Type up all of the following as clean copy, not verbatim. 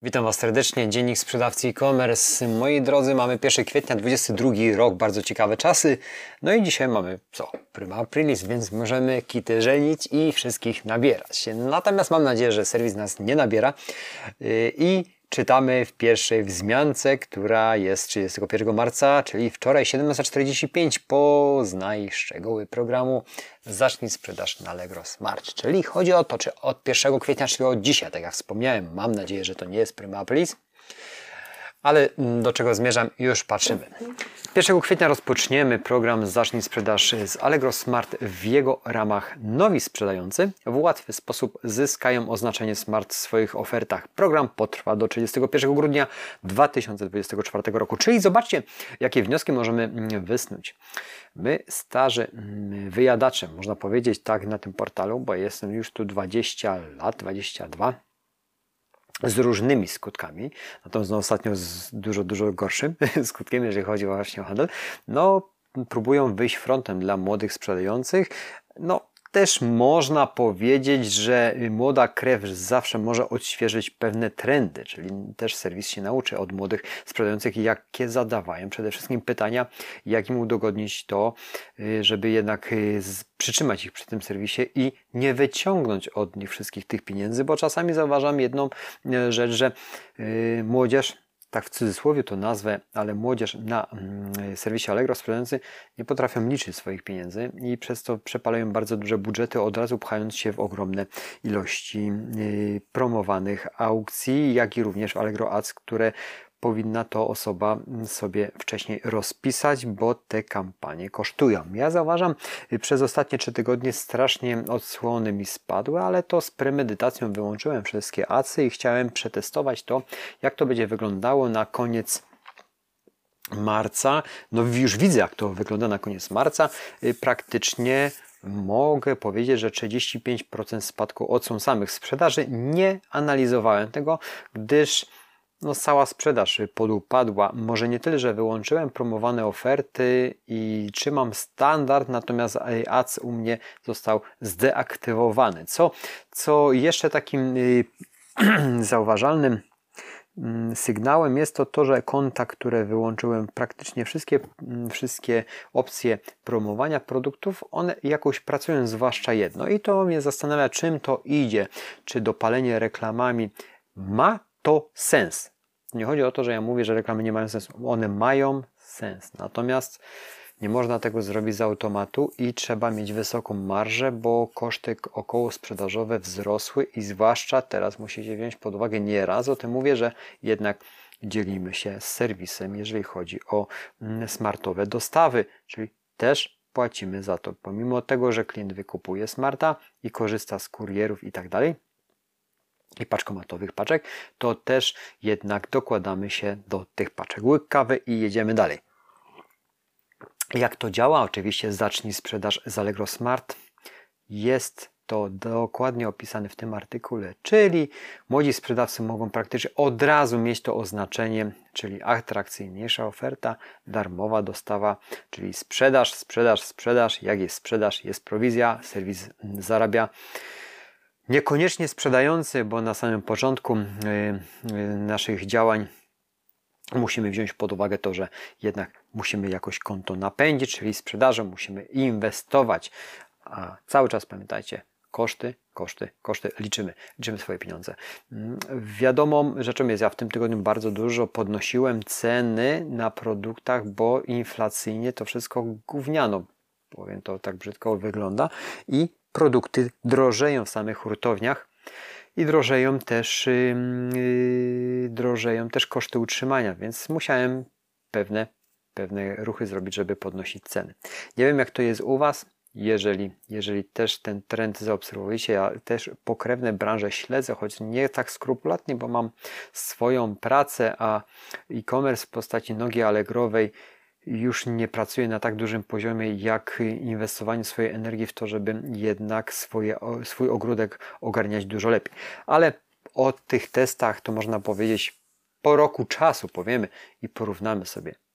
Witam Was serdecznie, Dziennik Sprzedawcy e-commerce. Moi drodzy, mamy 1 kwietnia, 22 rok, bardzo ciekawe czasy. No i dzisiaj mamy Prima Aprilis, więc możemy kity żenić i wszystkich nabierać. Natomiast mam nadzieję, że serwis nas nie nabiera i czytamy w pierwszej wzmiance, która jest 31 marca, czyli wczoraj 17:45. Poznaj szczegóły programu Zacznij sprzedaż na Allegro Smart. Czyli chodzi o to, czy od 1 kwietnia, czyli od dzisiaj, tak jak wspomniałem, mam nadzieję, że to nie jest Prima Aprilis. Ale do czego zmierzam, już patrzymy. 1 kwietnia rozpoczniemy program Zacznij sprzedaż z Allegro Smart. W jego ramach nowi sprzedający w łatwy sposób zyskają oznaczenie Smart w swoich ofertach. Program potrwa do 31 grudnia 2024 roku. Czyli zobaczcie, jakie wnioski możemy wysnuć. My, starzy wyjadacze, można powiedzieć tak na tym portalu, bo jestem już tu 20 lat, 22, z różnymi skutkami, natomiast ostatnio z dużo gorszym skutkiem, jeżeli chodzi właśnie o handel, próbują wyjść frontem dla młodych sprzedających. Też można powiedzieć, że młoda krew zawsze może odświeżyć pewne trendy, czyli też serwis się nauczy od młodych sprzedających, jakie zadawają przede wszystkim pytania, jak im udogodnić to, żeby jednak przytrzymać ich przy tym serwisie i nie wyciągnąć od nich wszystkich tych pieniędzy, bo czasami zauważam jedną rzecz, że młodzież, tak w cudzysłowie to nazwę, ale młodzież na serwisie Allegro sprzedający nie potrafią liczyć swoich pieniędzy i przez to przepalają bardzo duże budżety, od razu pchając się w ogromne ilości promowanych aukcji, jak i również w Allegro Ads, które powinna to osoba sobie wcześniej rozpisać, bo te kampanie kosztują. Ja zauważam, przez ostatnie 3 tygodnie strasznie odsłony mi spadły, ale to z premedytacją wyłączyłem wszystkie adsy i chciałem przetestować to, jak to będzie wyglądało na koniec marca. Już widzę, jak to wygląda na koniec marca. Praktycznie mogę powiedzieć, że 35% spadku od samych sprzedaży. Nie analizowałem tego, gdyż cała sprzedaż podupadła. Może nie tyle, że wyłączyłem promowane oferty i trzymam standard, natomiast ads u mnie został zdeaktywowany. Co jeszcze takim zauważalnym sygnałem jest to, że konta, które wyłączyłem, praktycznie wszystkie opcje promowania produktów, one jakoś pracują, zwłaszcza jedno. I to mnie zastanawia, czym to idzie. Czy dopalenie reklamami ma to sens? Nie chodzi o to, że ja mówię, że reklamy nie mają sensu. One mają sens. Natomiast nie można tego zrobić z automatu i trzeba mieć wysoką marżę, bo koszty około sprzedażowe wzrosły i zwłaszcza teraz musicie wziąć pod uwagę, nieraz o tym mówię, że jednak dzielimy się z serwisem, jeżeli chodzi o smartowe dostawy, czyli też płacimy za to. Pomimo tego, że klient wykupuje smarta i korzysta z kurierów i tak dalej, i paczkomatowych paczek, to też jednak dokładamy się do tych paczek. Łyk kawy i jedziemy dalej. Jak to działa? Oczywiście zacznij sprzedaż z Allegro Smart. Jest to dokładnie opisane w tym artykule, czyli młodzi sprzedawcy mogą praktycznie od razu mieć to oznaczenie, czyli atrakcyjniejsza oferta, darmowa dostawa, czyli sprzedaż. Jak jest sprzedaż, jest prowizja, serwis zarabia. Niekoniecznie sprzedający, bo na samym początku naszych działań musimy wziąć pod uwagę to, że jednak musimy jakoś konto napędzić, czyli sprzedażą musimy inwestować, a cały czas pamiętajcie, koszty, liczymy swoje pieniądze. Wiadomą rzeczą jest, ja w tym tygodniu bardzo dużo podnosiłem ceny na produktach, bo inflacyjnie to wszystko gówniano, powiem to tak brzydko wygląda i produkty drożeją w samych hurtowniach i drożeją też koszty utrzymania, więc musiałem pewne ruchy zrobić, żeby podnosić ceny. Nie wiem, jak to jest u Was, jeżeli też ten trend zaobserwujecie. Ja też pokrewne branże śledzę, choć nie tak skrupulatnie, bo mam swoją pracę, a e-commerce w postaci nogi allegrowej już nie pracuje na tak dużym poziomie, jak inwestowanie swojej energii w to, żeby jednak swój ogródek ogarniać dużo lepiej. Ale o tych testach to można powiedzieć po roku czasu powiemy i porównamy sobie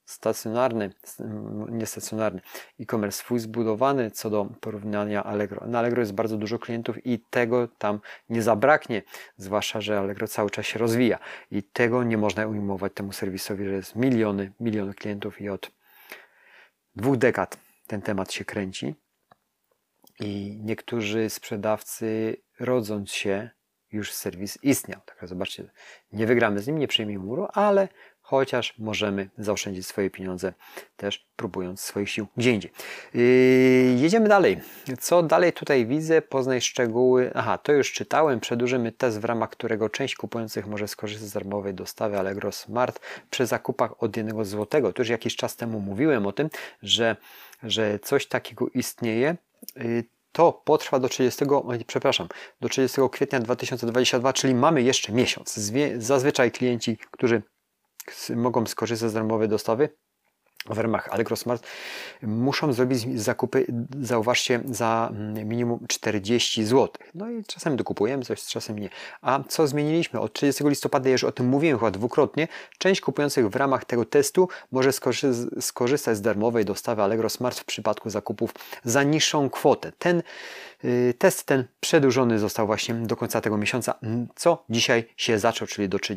niestacjonarny e-commerce swój zbudowany co do porównania Allegro. Na Allegro jest bardzo dużo klientów i tego tam nie zabraknie, zwłaszcza, że Allegro cały czas się rozwija i tego nie można ujmować temu serwisowi, że jest miliony klientów i od 2 dekad ten temat się kręci i niektórzy sprzedawcy, rodząc się, już serwis istniał. Także zobaczcie, nie wygramy z nim, nie przyjmiemy muru, ale chociaż możemy zaoszczędzić swoje pieniądze, też próbując swoich sił gdzie indziej. Jedziemy dalej. Co dalej tutaj widzę? Poznaj szczegóły. Aha, to już czytałem. Przedłużymy test, w ramach którego część kupujących może skorzystać z darmowej dostawy Allegro Smart przy zakupach od 1 zł. To już jakiś czas temu mówiłem o tym, że coś takiego istnieje. To potrwa do 30 kwietnia 2022, czyli mamy jeszcze miesiąc. Zazwyczaj klienci, którzy mogą skorzystać z darmowej dostawy w ramach Allegro Smart, muszą zrobić zakupy, zauważcie, za minimum 40 zł. No i czasem dokupujemy coś, czasem nie. A co zmieniliśmy? Od 30 listopada, już o tym mówiłem chyba dwukrotnie, część kupujących w ramach tego testu może skorzystać z darmowej dostawy Allegro Smart w przypadku zakupów za niższą kwotę. Ten przedłużony został właśnie do końca tego miesiąca, co dzisiaj się zaczął, czyli do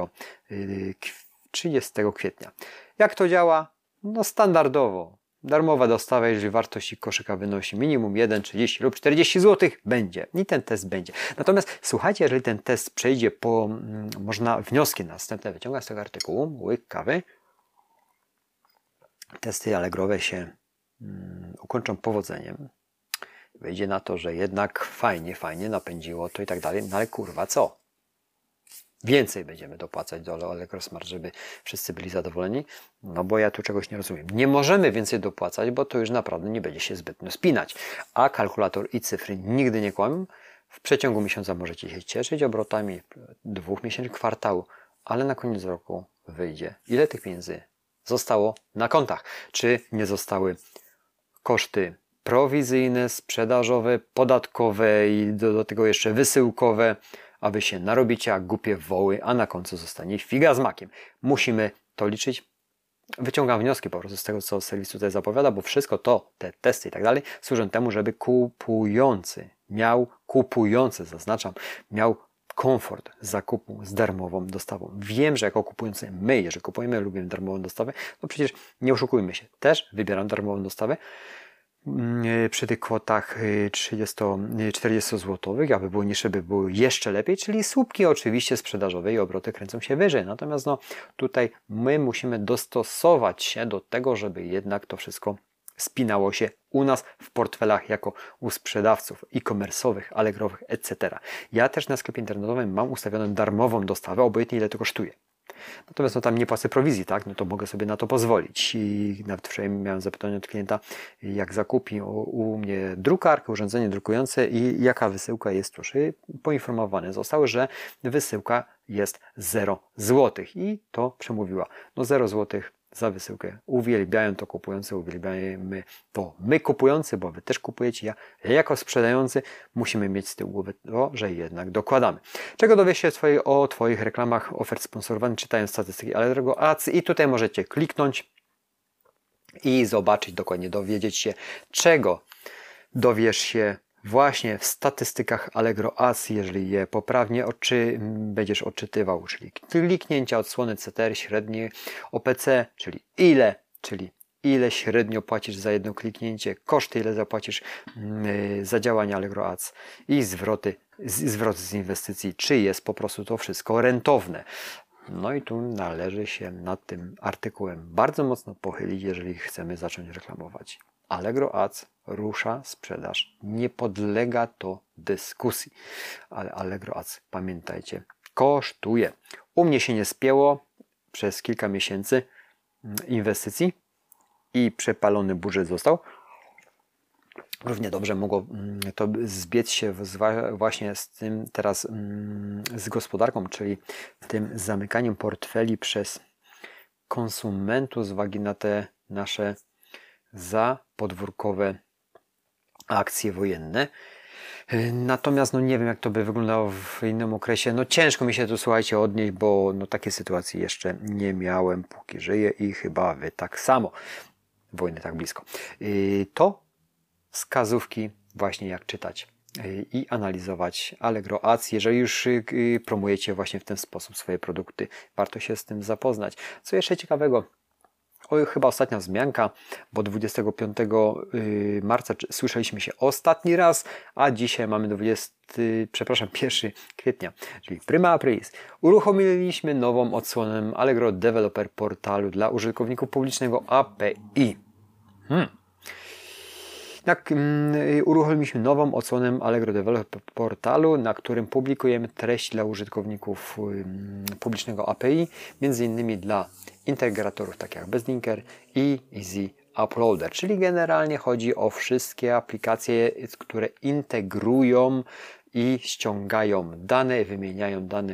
30 kwietnia. Jak to działa? No standardowo. Darmowa dostawa, jeżeli wartość koszyka wynosi minimum 1, 30 lub 40 zł, będzie. I ten test będzie. Natomiast słuchajcie, jeżeli ten test przejdzie można wnioski następne wyciągać z tego artykułu, łyk kawy. Testy Allegrowe się ukończą powodzeniem. Wyjdzie na to, że jednak fajnie napędziło to i tak dalej. No ale kurwa, co? Więcej będziemy dopłacać do Allegro Smart, żeby wszyscy byli zadowoleni, no bo ja tu czegoś nie rozumiem. Nie możemy więcej dopłacać, bo to już naprawdę nie będzie się zbytnio spinać. A kalkulator i cyfry nigdy nie kłamią. W przeciągu miesiąca możecie się cieszyć obrotami, 2 miesięcy kwartału, ale na koniec roku wyjdzie, ile tych pieniędzy zostało na kontach. Czy nie zostały koszty prowizyjne, sprzedażowe, podatkowe i do tego jeszcze wysyłkowe, a wy się narobicie jak głupie woły, a na końcu zostanie figa z makiem. Musimy to liczyć. Wyciągam wnioski po prostu z tego, co serwis tutaj zapowiada, bo wszystko to, te testy i tak dalej, służą temu, żeby miał komfort zakupu z darmową dostawą. Wiem, że jako kupujący jeżeli kupujemy, lubimy darmową dostawę, no przecież nie oszukujmy się, też wybieram darmową dostawę przy tych kwotach 40 zł, aby było niższe, by było jeszcze lepiej, czyli słupki oczywiście sprzedażowe i obroty kręcą się wyżej. Natomiast tutaj my musimy dostosować się do tego, żeby jednak to wszystko spinało się u nas w portfelach jako u sprzedawców e-commerce'owych, allegrowych, etc. Ja też na sklepie internetowym mam ustawioną darmową dostawę, obojętnie ile to kosztuje. Natomiast tam nie płacę prowizji, tak? No to mogę sobie na to pozwolić. I nawet wczoraj miałem zapytanie od klienta, jak zakupi u mnie drukarkę, urządzenie drukujące i jaka wysyłka jest tuż. I poinformowany został, że wysyłka jest 0 zł. I to przemówiła. 0 zł za wysyłkę. Uwielbiają to kupujący, uwielbiamy to my kupujący, bo wy też kupujecie. Ja jako sprzedający musimy mieć z tyłu głowy to, że jednak dokładamy. Czego dowiesz się o Twoich reklamach ofert sponsorowanych, czytając statystyki Allegro Ads i tutaj możecie kliknąć i zobaczyć dokładnie, dowiedzieć się, czego dowiesz się właśnie w statystykach Allegro Ads, jeżeli je poprawnie będziesz odczytywał, czyli kliknięcia, odsłony CTR, średnie OPC, czyli ile średnio płacisz za jedno kliknięcie, koszty, ile zapłacisz za działania Allegro Ads i zwroty z inwestycji, czy jest po prostu to wszystko rentowne. No i tu należy się nad tym artykułem bardzo mocno pochylić, jeżeli chcemy zacząć reklamować. Allegro Ads rusza sprzedaż. Nie podlega to dyskusji. Ale Allegro Ads, pamiętajcie, kosztuje. U mnie się nie spięło przez kilka miesięcy inwestycji i przepalony budżet został. Równie dobrze mogło to zbiec się właśnie z tym teraz z gospodarką, czyli tym zamykaniem portfeli przez konsumentów z uwagi na te nasze zapodwórkowe akcje wojenne. Natomiast no nie wiem, jak to by wyglądało w innym okresie. No ciężko mi się tu, słuchajcie, odnieść, bo no takiej sytuacji jeszcze nie miałem, póki żyję i chyba wy tak samo. Wojny tak blisko. To wskazówki właśnie jak czytać i analizować Allegro Ads. Jeżeli już promujecie właśnie w ten sposób swoje produkty, warto się z tym zapoznać. Co jeszcze ciekawego? Chyba ostatnia wzmianka, bo 25 marca słyszeliśmy się ostatni raz, a dzisiaj mamy 1 kwietnia, czyli prima aprilis. Uruchomiliśmy nową odsłonę Allegro Developer Portalu dla użytkowników publicznego API. Uruchomiliśmy nową odsłonę Allegro Developer Portalu, na którym publikujemy treść dla użytkowników publicznego API, między innymi dla integratorów takich jak Bezlinker i Easy Uploader, czyli generalnie chodzi o wszystkie aplikacje, które integrują i ściągają dane, wymieniają dane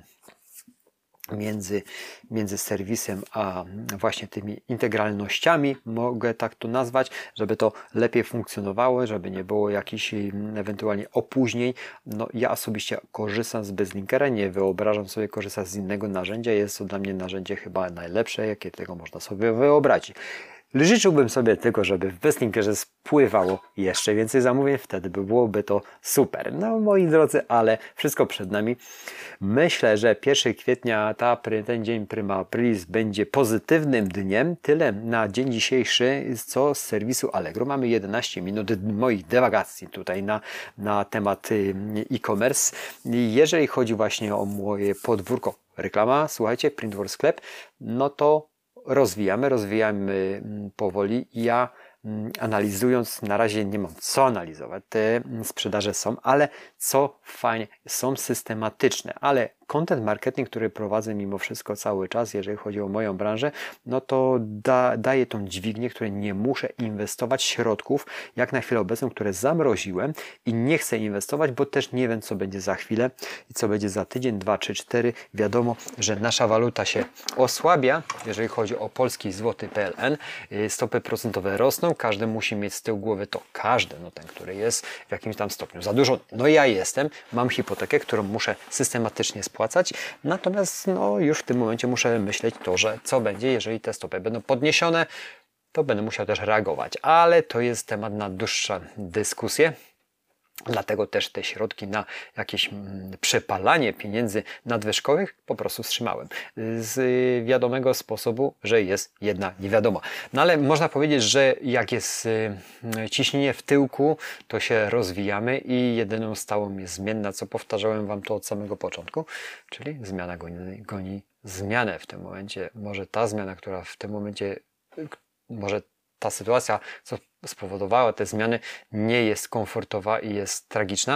między serwisem a właśnie tymi integralnościami, mogę tak to nazwać, żeby to lepiej funkcjonowało, żeby nie było jakichś ewentualnie opóźnień. No, ja osobiście korzystam z Bezlinkera, nie wyobrażam sobie korzystać z innego narzędzia. Jest to dla mnie narzędzie chyba najlepsze, jakie tego można sobie wyobrazić. Życzyłbym sobie tylko, żeby w Bezlinkerze spływało jeszcze więcej zamówień, wtedy byłoby to super. No moi drodzy, ale wszystko przed nami. Myślę, że 1 kwietnia ten dzień prima aprilis będzie pozytywnym dniem. Tyle na dzień dzisiejszy, co z serwisu Allegro. Mamy 11 minut moich dywagacji tutaj na temat e-commerce. Jeżeli chodzi właśnie o moje podwórko, reklama, słuchajcie, Printworks Sklep, no to rozwijamy powoli. Ja analizując, na razie nie mam co analizować, te sprzedaże są, ale co fajnie, są systematyczne, ale content marketing, który prowadzę mimo wszystko cały czas, jeżeli chodzi o moją branżę, no to daje tą dźwignię, której nie muszę inwestować środków, jak na chwilę obecną, które zamroziłem i nie chcę inwestować, bo też nie wiem, co będzie za chwilę i co będzie za tydzień, 2, 3, 4. Wiadomo, że nasza waluta się osłabia, jeżeli chodzi o polski złoty PLN, stopy procentowe rosną, każdy musi mieć z tyłu głowy to każdy, no ten, który jest w jakimś tam stopniu zadłużony. No ja mam hipotekę, którą muszę systematycznie spłacać, natomiast no już w tym momencie muszę myśleć to, że co będzie, jeżeli te stopy będą podniesione, to będę musiał też reagować, ale to jest temat na dłuższą dyskusję. Dlatego też te środki na jakieś przepalanie pieniędzy nadwyżkowych po prostu wstrzymałem. Z wiadomego sposobu, że jest jedna niewiadoma. No ale można powiedzieć, że jak jest ciśnienie w tyłku, to się rozwijamy i jedyną stałą jest zmienna, co powtarzałem Wam to od samego początku, czyli zmiana goni zmianę w tym momencie. Może ta zmiana, która w tym momencie, może ta sytuacja, co spowodowała te zmiany, nie jest komfortowa i jest tragiczna.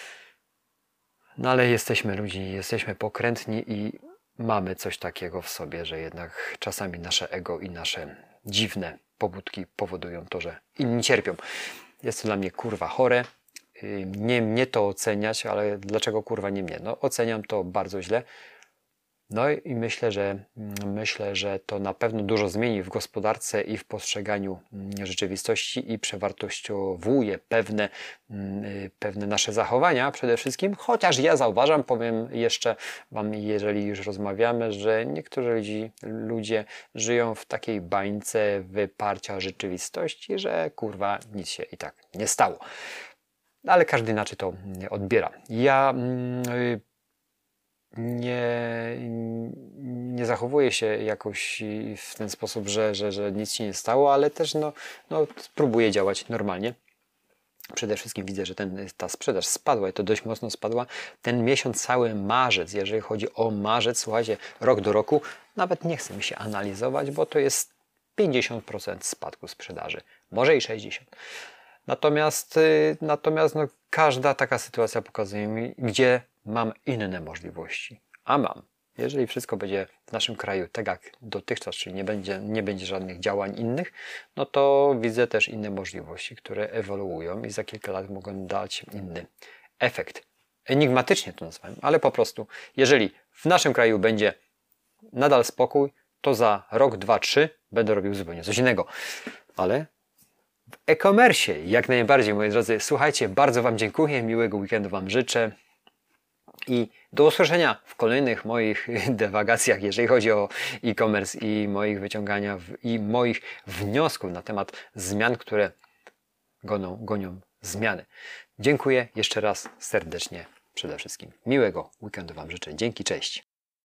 No ale jesteśmy ludźmi, jesteśmy pokrętni i mamy coś takiego w sobie, że jednak czasami nasze ego i nasze dziwne pobudki powodują to, że inni cierpią. Jest to dla mnie kurwa chore. Nie mnie to oceniać, ale dlaczego kurwa nie mnie? No oceniam to bardzo źle. No i myślę, że to na pewno dużo zmieni w gospodarce i w postrzeganiu rzeczywistości i przewartościowuje pewne nasze zachowania przede wszystkim, chociaż ja zauważam, powiem jeszcze Wam, jeżeli już rozmawiamy, że niektórzy ludzie żyją w takiej bańce wyparcia rzeczywistości, że kurwa nic się i tak nie stało. Ale każdy inaczej to odbiera. Ja nie zachowuję się jakoś w ten sposób, że nic się nie stało, ale też próbuję działać normalnie. Przede wszystkim widzę, że ta sprzedaż spadła i to dość mocno spadła. Ten miesiąc, cały marzec, jeżeli chodzi o marzec, słuchajcie, rok do roku, nawet nie chce mi się analizować, bo to jest 50% spadku sprzedaży, może i 60%. Natomiast każda taka sytuacja pokazuje mi, gdzie mam inne możliwości. A mam. Jeżeli wszystko będzie w naszym kraju tak jak dotychczas, czyli nie będzie żadnych działań innych, no to widzę też inne możliwości, które ewoluują i za kilka lat mogą dać inny efekt. Enigmatycznie to nazywam, ale po prostu, jeżeli w naszym kraju będzie nadal spokój, to za rok, 2, 3 będę robił zupełnie coś innego. Ale w e-commerce. Jak najbardziej, moi drodzy. Słuchajcie, bardzo Wam dziękuję, miłego weekendu Wam życzę i do usłyszenia w kolejnych moich dywagacjach, jeżeli chodzi o e-commerce i moich wyciągania i moich wniosków na temat zmian, które gonią zmiany. Dziękuję jeszcze raz serdecznie przede wszystkim. Miłego weekendu Wam życzę. Dzięki, cześć.